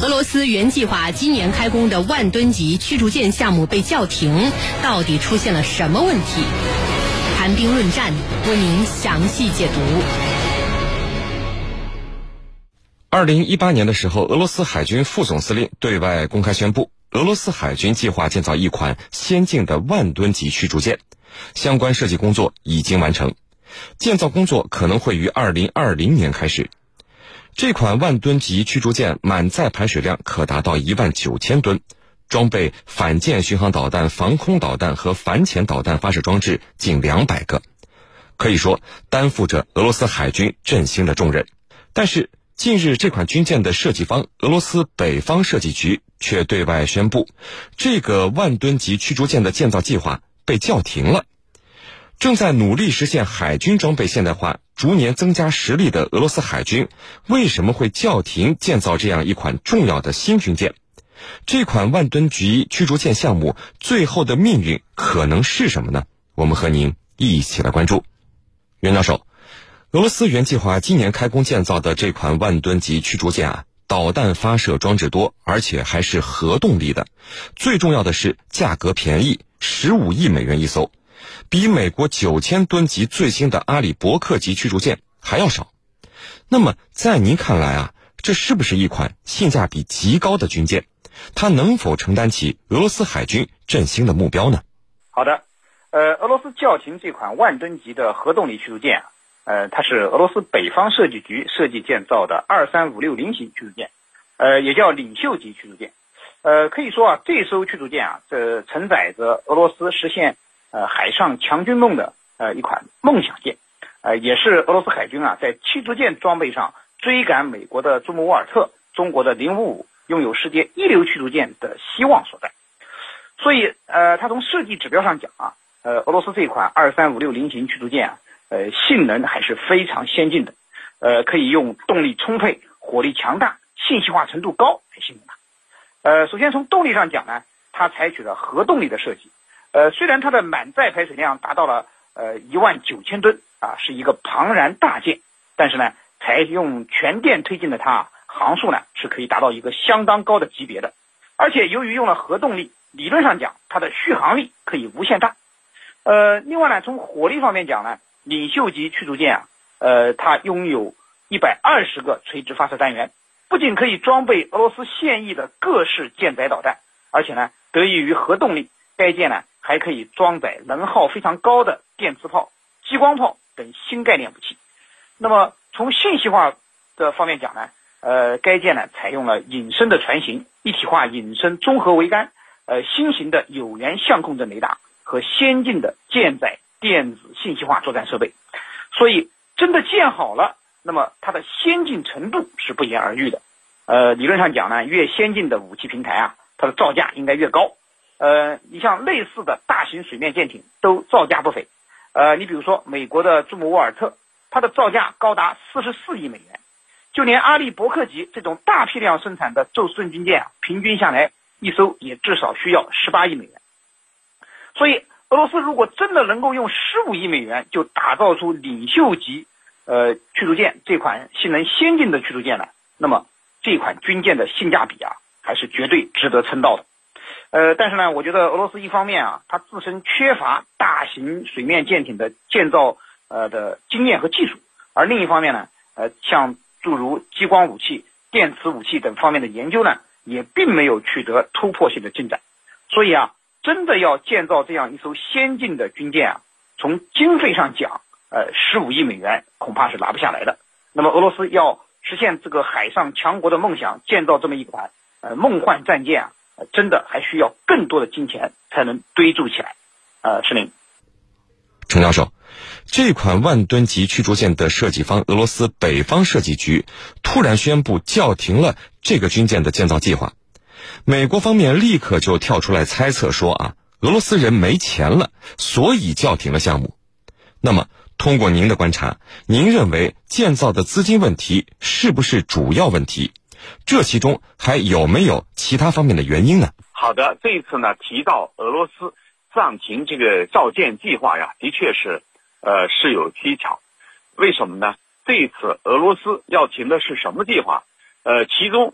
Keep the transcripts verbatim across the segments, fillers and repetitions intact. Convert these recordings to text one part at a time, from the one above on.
俄罗斯原计划今年开工的万吨级驱逐舰项目被叫停，到底出现了什么问题？谈兵论战，为您详细解读。 二零一八年的时候，俄罗斯海军副总司令对外公开宣布，俄罗斯海军计划建造一款先进的万吨级驱逐舰，相关设计工作已经完成，建造工作可能会于二零二零年开始。这款万吨级驱逐舰满载排水量可达到一万九千吨，装备反舰巡航导弹、防空导弹和反潜导弹发射装置近两百个，可以说担负着俄罗斯海军振兴的重任。但是近日，这款军舰的设计方俄罗斯北方设计局却对外宣布，这个万吨级驱逐舰的建造计划被叫停了。正在努力实现海军装备现代化、逐年增加实力的俄罗斯海军，为什么会叫停建造这样一款重要的新军舰？这款万吨级驱逐舰项目最后的命运可能是什么呢？我们和您一起来关注。袁教授，俄罗斯原计划今年开工建造的这款万吨级驱逐舰啊，导弹发射装置多，而且还是核动力的。最重要的是价格便宜，十五亿美元一艘，比美国九千吨级最新的阿里伯克级驱逐舰还要少。那么在您看来啊，这是不是一款性价比极高的军舰？它能否承担起俄罗斯海军振兴的目标呢？ 好的，呃，俄罗斯叫停这款万吨级的核动力驱逐舰啊，呃，它是俄罗斯北方设计局设计建造的二三五六零型驱逐舰，呃，也叫领袖级驱逐舰。呃，可以说啊，这艘驱逐舰啊，这承载着俄罗斯实现呃海上强军梦的呃一款梦想舰，呃，也是俄罗斯海军啊在驱逐舰装备上追赶美国的朱姆沃尔特、中国的零五五，拥有世界一流驱逐舰的希望所在。所以，呃，它从设计指标上讲啊，呃，俄罗斯这款二三五六零型驱逐舰啊，呃，性能还是非常先进的，呃，可以用动力充沛、火力强大、信息化程度高来形容它。呃，首先从动力上讲呢，它采取了核动力的设计。呃，虽然它的满载排水量达到了呃一万九千吨啊，是一个庞然大舰，但是呢，采用全电推进的它，航速呢是可以达到一个相当高的级别的。而且由于用了核动力，理论上讲它的续航力可以无限大。呃，另外呢，从火力方面讲呢，领袖级驱逐舰啊，呃，它拥有一百二十个垂直发射单元，不仅可以装备俄罗斯现役的各式舰载导弹，而且呢，得益于核动力，该舰呢还可以装载能耗非常高的电磁炮、激光炮等新概念武器。那么从信息化的方面讲呢，呃，该舰呢采用了隐身的船型、一体化隐身综合桅杆、呃新型的有源相控阵雷达和先进的舰载电子信息化作战设备。所以真的建好了，那么它的先进程度是不言而喻的。呃，理论上讲呢，越先进的武器平台啊，它的造价应该越高。呃，你像类似的大型水面舰艇都造价不菲。呃，你比如说美国的朱姆沃尔特，它的造价高达四十四亿美元。就连阿利伯克级这种大批量生产的宙斯盾军舰啊，平均下来一艘也至少需要十八亿美元。所以俄罗斯如果真的能够用十五亿美元就打造出领袖级呃驱逐舰这款性能先进的驱逐舰呢，那么这款军舰的性价比啊，还是绝对值得称道的。呃，但是呢，我觉得俄罗斯一方面啊，它自身缺乏大型水面舰艇的建造呃的经验和技术，而另一方面呢，呃，像诸如激光武器、电磁武器等方面的研究呢，也并没有取得突破性的进展。所以啊，真的要建造这样一艘先进的军舰啊，从经费上讲，呃，十五亿美元恐怕是拿不下来的。那么俄罗斯要实现这个海上强国的梦想，建造这么一款呃梦幻战舰啊，呃，真的还需要更多的金钱才能堆筑起来。呃，石林。 程教授，这款万吨级驱逐舰的设计方俄罗斯北方设计局突然宣布叫停了这个军舰的建造计划。美国方面立刻就跳出来猜测说啊，俄罗斯人没钱了，所以叫停了项目。那么通过您的观察，您认为建造的资金问题是不是主要问题？这其中还有没有其他方面的原因呢？ 好的，这一次呢提到俄罗斯暂停这个造舰计划呀，的确是呃事有蹊跷。为什么呢？这一次俄罗斯要停的是什么计划？呃，其中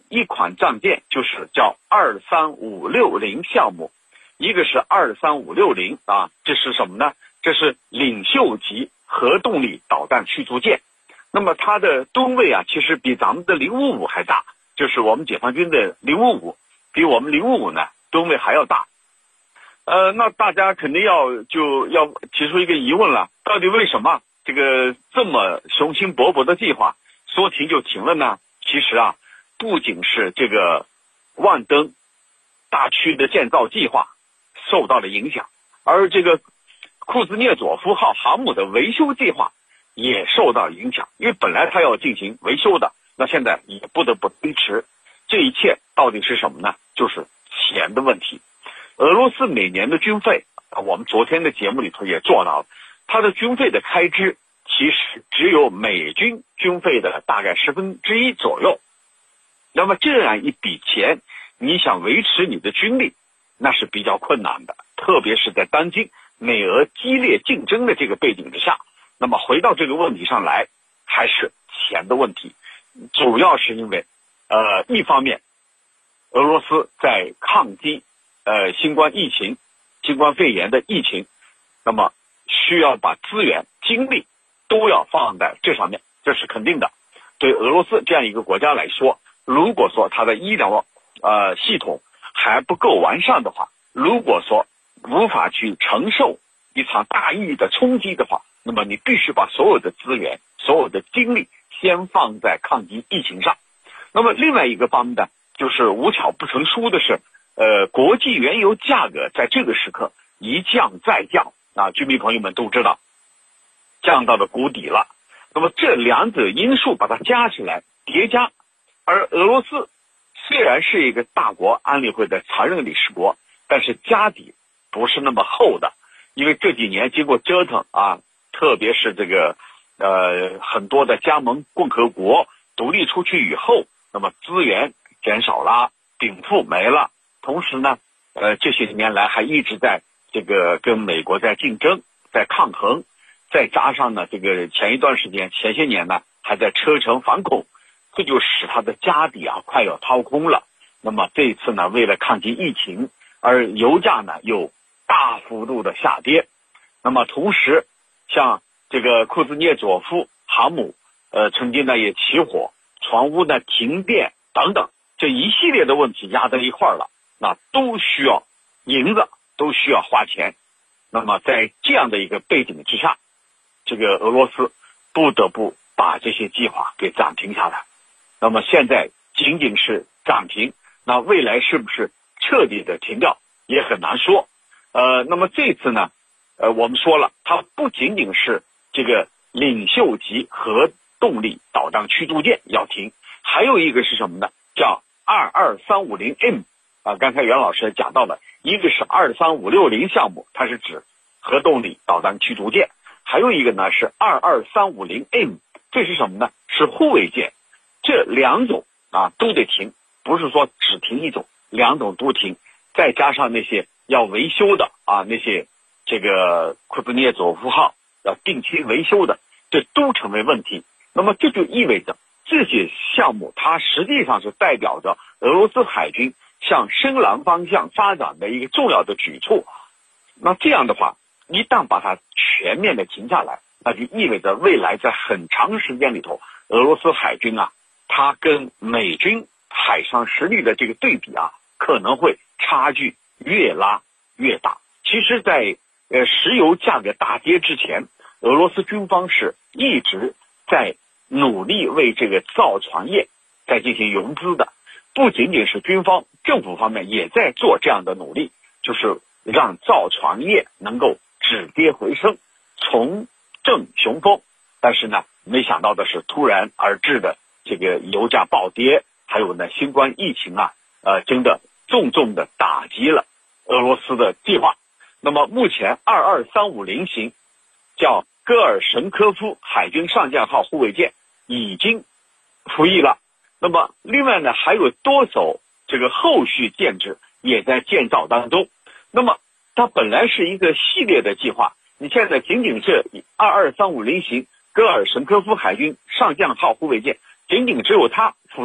一款战舰就是叫二三五六零项目，一个是二三五六零啊，这是什么呢？这是领袖级核动力导弹驱逐舰。那么它的吨位啊，其实比咱们的零五五还大，就是我们解放军的零五五，比我们零五五呢吨位还要大。呃，那大家肯定要就要提出一个疑问了，到底为什么这个这么雄心勃勃的计划说停就停了呢？其实啊，不仅是这个万吨大驱的建造计划受到了影响，而这个库兹涅佐夫号航母的维修计划也受到影响，因为本来它要进行维修的，那现在也不得不推迟。这一切到底是什么呢？就是钱的问题。俄罗斯每年的军费，我们昨天的节目里头也做到了，它的军费的开支其实只有美军军费的大概十分之一左右。那么这样一笔钱，你想维持你的军力，那是比较困难的，特别是在当今美俄激烈竞争的这个背景之下。那么回到这个问题上来，还是钱的问题，主要是因为呃，一方面俄罗斯在抗击呃新冠疫情新冠肺炎的疫情，那么需要把资源精力都要放在这上面，这是肯定的。对俄罗斯这样一个国家来说，如果说它的医疗呃系统还不够完善的话，如果说无法去承受一场大疫的冲击的话，那么你必须把所有的资源所有的精力先放在抗击疫情上。那么另外一个方面呢，就是无巧不成书的是呃，国际原油价格在这个时刻一降再降啊，居民朋友们都知道降到了谷底了。那么这两者因素把它加起来叠加，而俄罗斯虽然是一个大国，安理会的常任理事国，但是家底不是那么厚的，因为这几年经过折腾啊，特别是这个呃很多的加盟共和国独立出去以后，那么资源减少了，禀赋没了，同时呢呃这些年来还一直在这个跟美国在竞争在抗衡，再加上呢这个前一段时间前些年呢还在车臣反恐，这就使他的家底啊快要掏空了。那么这一次呢，为了抗击疫情，而油价呢又大幅度的下跌。那么同时像这个库兹涅佐夫航母呃曾经呢也起火，船坞呢停电等等，这一系列的问题压在一块儿了，那都需要银子，都需要花钱。那么在这样的一个背景之下，这个俄罗斯不得不把这些计划给暂停下来。那么现在仅仅是暂停，那未来是不是彻底的停掉也很难说。呃，那么这次呢，呃，我们说了，它不仅仅是这个领袖级核动力导弹驱逐舰要停，还有一个是什么呢？叫二二三五零 M 啊，刚才袁老师讲到了，一个是二三五六零项目，它是指核动力导弹驱逐舰，还有一个呢是二二三五零 M， 这是什么呢？是护卫舰。这两种啊都得停，不是说只停一种，两种都停，再加上那些要维修的啊，那些这个库兹涅佐夫号要定期维修的，这都成为问题。那么这就意味着这些项目它实际上是代表着俄罗斯海军向深蓝方向发展的一个重要的举措。那这样的话，一旦把它全面的停下来，那就意味着未来在很长时间里头，俄罗斯海军啊，它跟美军海上实力的这个对比啊，可能会差距越拉越大。其实在呃石油价格大跌之前，俄罗斯军方是一直在努力为这个造船业在进行融资的，不仅仅是军方，政府方面也在做这样的努力，就是让造船业能够止跌回升，重振雄风。但是呢，没想到的是突然而至的这个油价暴跌，还有呢新冠疫情啊，呃，真的重重的打击了俄罗斯的计划。那么目前二二三五零型叫戈尔什科夫海军上将号护卫舰已经服役了。那么另外呢，还有多艘这个后续舰只也在建造当中。那么它本来是一个系列的计划，你现在仅仅是二二三五零型戈尔什科夫海军上将号护卫舰，仅仅只有它服役了，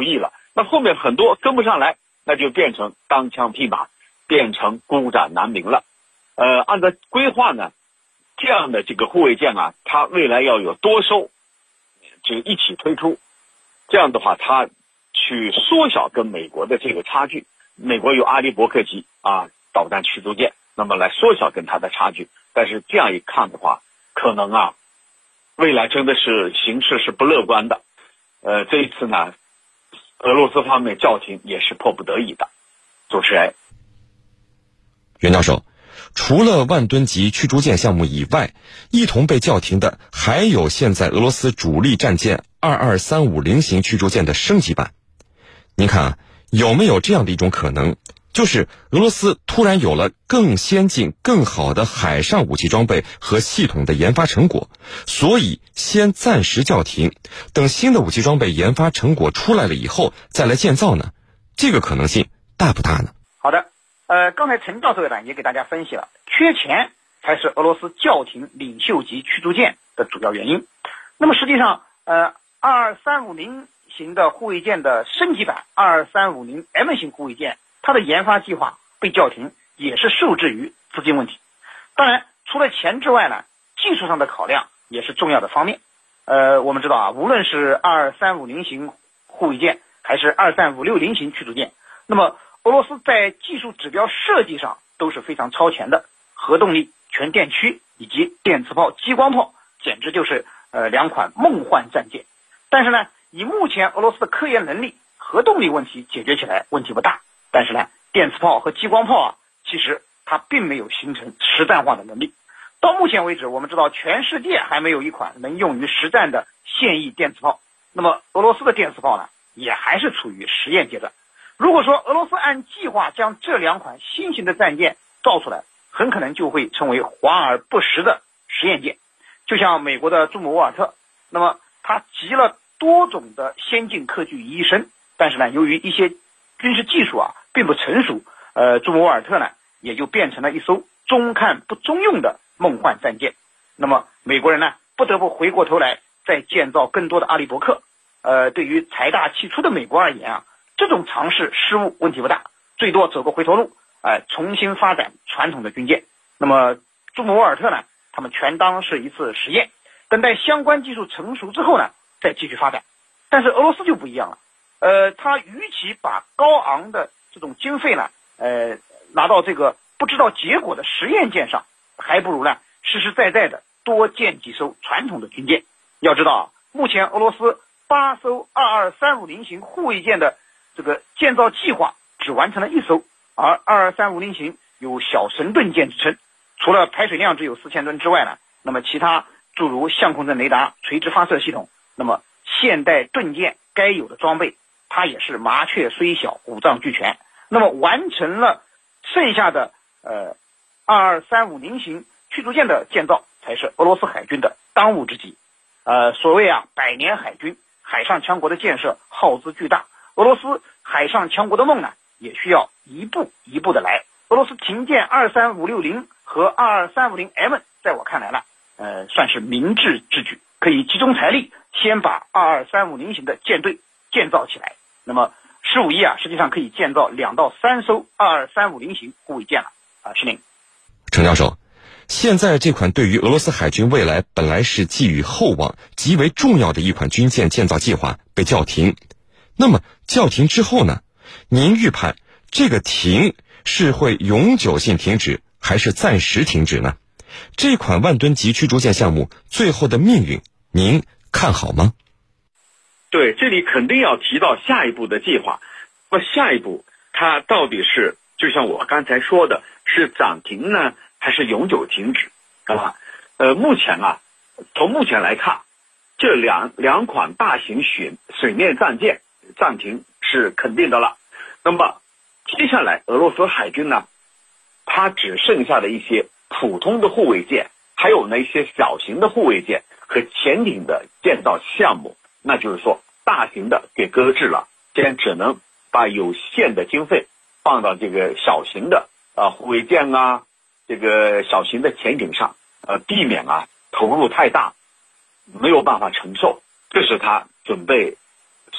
那后面很多跟不上来，那就变成单枪匹马，变成孤掌难鸣了。呃，按照规划呢，这样的这个护卫舰啊，它未来要有多艘，就一起推出。这样的话，它去缩小跟美国的这个差距。美国有阿利伯克级啊导弹驱逐舰，那么来缩小跟它的差距。但是这样一看的话，可能啊，未来真的是形势是不乐观的。呃，这一次呢，俄罗斯方面叫停也是迫不得已的。主持人， 袁教授，除了万吨级驱逐舰项目以外，一同被叫停的还有现在俄罗斯主力战舰二二三五零型驱逐舰的升级版。您看啊，有没有这样的一种可能，就是俄罗斯突然有了更先进更好的海上武器装备和系统的研发成果，所以先暂时叫停，等新的武器装备研发成果出来了以后再来建造呢？这个可能性大不大呢？ 好的，呃，刚才陈教授呢也给大家分析了，缺钱才是俄罗斯叫停领袖级驱逐舰的主要原因。那么实际上，呃，二二三五零型的护卫舰的升级版二二三五零 M 型护卫舰，它的研发计划被叫停，也是受制于资金问题。当然，除了钱之外呢，技术上的考量也是重要的方面。呃，我们知道啊，无论是二二三五零型护卫舰还是二三五六零型驱逐舰，那么俄罗斯在技术指标设计上都是非常超前的，核动力、全电驱以及电磁炮、激光炮，简直就是呃两款梦幻战舰。但是呢，以目前俄罗斯的科研能力，核动力问题解决起来问题不大，但是呢，电磁炮和激光炮啊，其实它并没有形成实战化的能力。到目前为止，我们知道全世界还没有一款能用于实战的现役电磁炮。那么俄罗斯的电磁炮呢，也还是处于实验阶段。如果说俄罗斯按计划将这两款新型的战舰造出来，很可能就会成为华而不实的实验舰。就像美国的朱姆沃尔特，那么它集了多种的先进科技于一身，但是呢，由于一些军事技术啊并不成熟，呃，朱姆沃尔特呢也就变成了一艘中看不中用的梦幻战舰。那么美国人呢不得不回过头来再建造更多的阿利伯克。呃，对于财大气粗的美国而言啊，这种尝试失误问题不大，最多走个回头路，哎、呃，重新发展传统的军舰。那么朱姆沃尔特呢，他们全当是一次实验，等待相关技术成熟之后呢，再继续发展。但是俄罗斯就不一样了，呃，他与其把高昂的这种经费呢，呃，拿到这个不知道结果的实验舰上，还不如呢实实在在的多建几艘传统的军舰。要知道啊，目前俄罗斯八艘二二三五零型护卫舰的这个建造计划只完成了一艘，而二二三五零型有小神盾舰之称，除了排水量只有四千吨之外呢，那么其他诸如相控阵雷达、垂直发射系统，那么现代盾舰该有的装备，它也是麻雀虽小，五脏俱全。那么完成了剩下的呃二二三五零型驱逐舰的建造，才是俄罗斯海军的当务之急。呃，所谓啊，百年海军，海上强国的建设耗资巨大，俄罗斯海上强国的梦呢，也需要一步一步的来。俄罗斯停建二三五六零和二二三五零 M， 在我看来呢，呃，算是明智之举，可以集中财力，先把二二三五零型的舰队建造起来。那么十五亿啊，实际上可以建造两到三艘二二三五零型护卫舰了啊，是您。 程教授，现在这款对于俄罗斯海军未来本来是寄予厚望、极为重要的一款军舰建造计划被叫停，那么叫停之后呢？您预判这个停是会永久性停止，还是暂时停止呢？这款万吨级驱逐舰项目最后的命运，您看好吗？ 对，这里肯定要提到下一步的计划。那么下一步它到底是就像我刚才说的，是暂停呢，还是永久停止？啊，呃，目前啊，从目前来看，这两两款大型水水面战舰暂停是肯定的了。那么接下来俄罗斯海军呢，它只剩下的一些普通的护卫舰，还有那些小型的护卫舰和潜艇的建造项目，那就是说大型的给搁置了，现在只能把有限的经费放到这个小型的啊护卫舰啊，这个小型的潜艇上，呃，避免啊投入太大，没有办法承受，这是他准备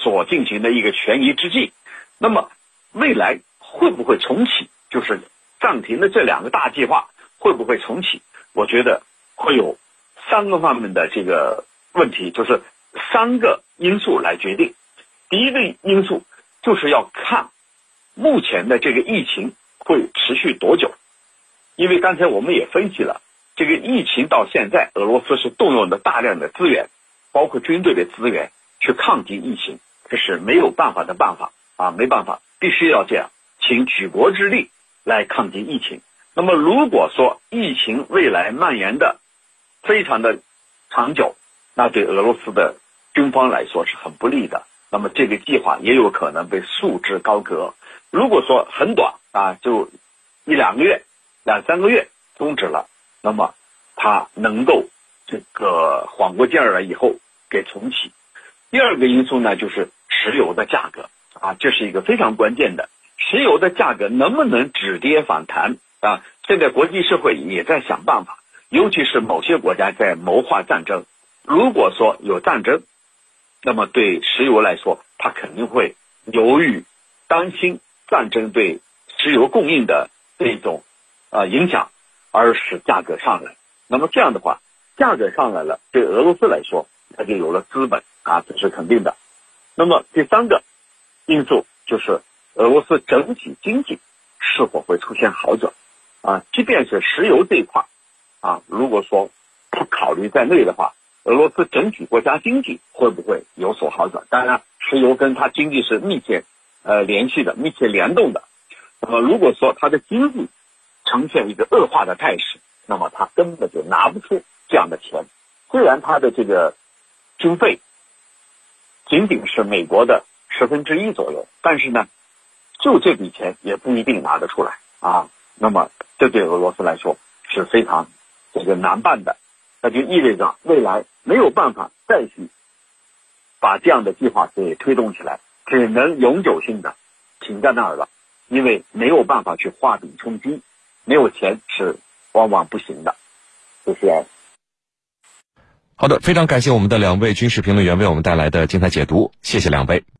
所进行的一个权宜之计。那么未来会不会重启，就是暂停的这两个大计划会不会重启，我觉得会有三个方面的这个问题，就是三个因素来决定。第一个因素就是要看目前的这个疫情会持续多久，因为刚才我们也分析了，这个疫情到现在俄罗斯是动用了大量的资源，包括军队的资源去抗击疫情，这是没有办法的办法啊，没办法，必须要这样，请举国之力来抗击疫情。那么如果说疫情未来蔓延的非常的长久，那对俄罗斯的军方来说是很不利的，那么这个计划也有可能被束之高阁。如果说很短啊，就一两个月两三个月终止了，那么它能够这个缓过劲儿来以后给重启。第二个因素呢，就是石油的价格啊，这是一个非常关键的，石油的价格能不能止跌反弹啊？现在国际社会也在想办法，尤其是某些国家在谋划战争。如果说有战争，那么对石油来说，它肯定会由于担心战争对石油供应的这种呃影响，而使价格上来。那么这样的话，价格上来了，对俄罗斯来说，它就有了资本啊，这是肯定的。那么第三个因素就是俄罗斯整体经济是否会出现好转啊？即便是石油这一块啊，如果说不考虑在内的话，俄罗斯整体国家经济会不会有所好转？当然，石油跟它经济是密切呃联系的、密切联动的。那么如果说它的经济呈现一个恶化的态势，那么它根本就拿不出这样的钱。虽然它的这个经费仅仅是美国的十分之一左右，但是呢，就这笔钱也不一定拿得出来啊。那么这对俄罗斯来说是非常这个难办的，那就意味着未来没有办法再去把这样的计划给推动起来，只能永久性的停在那儿了，因为没有办法去画饼充饥，没有钱是往往不行的。谢谢。 好的，非常感谢我们的两位军事评论员为我们带来的精彩解读，谢谢两位。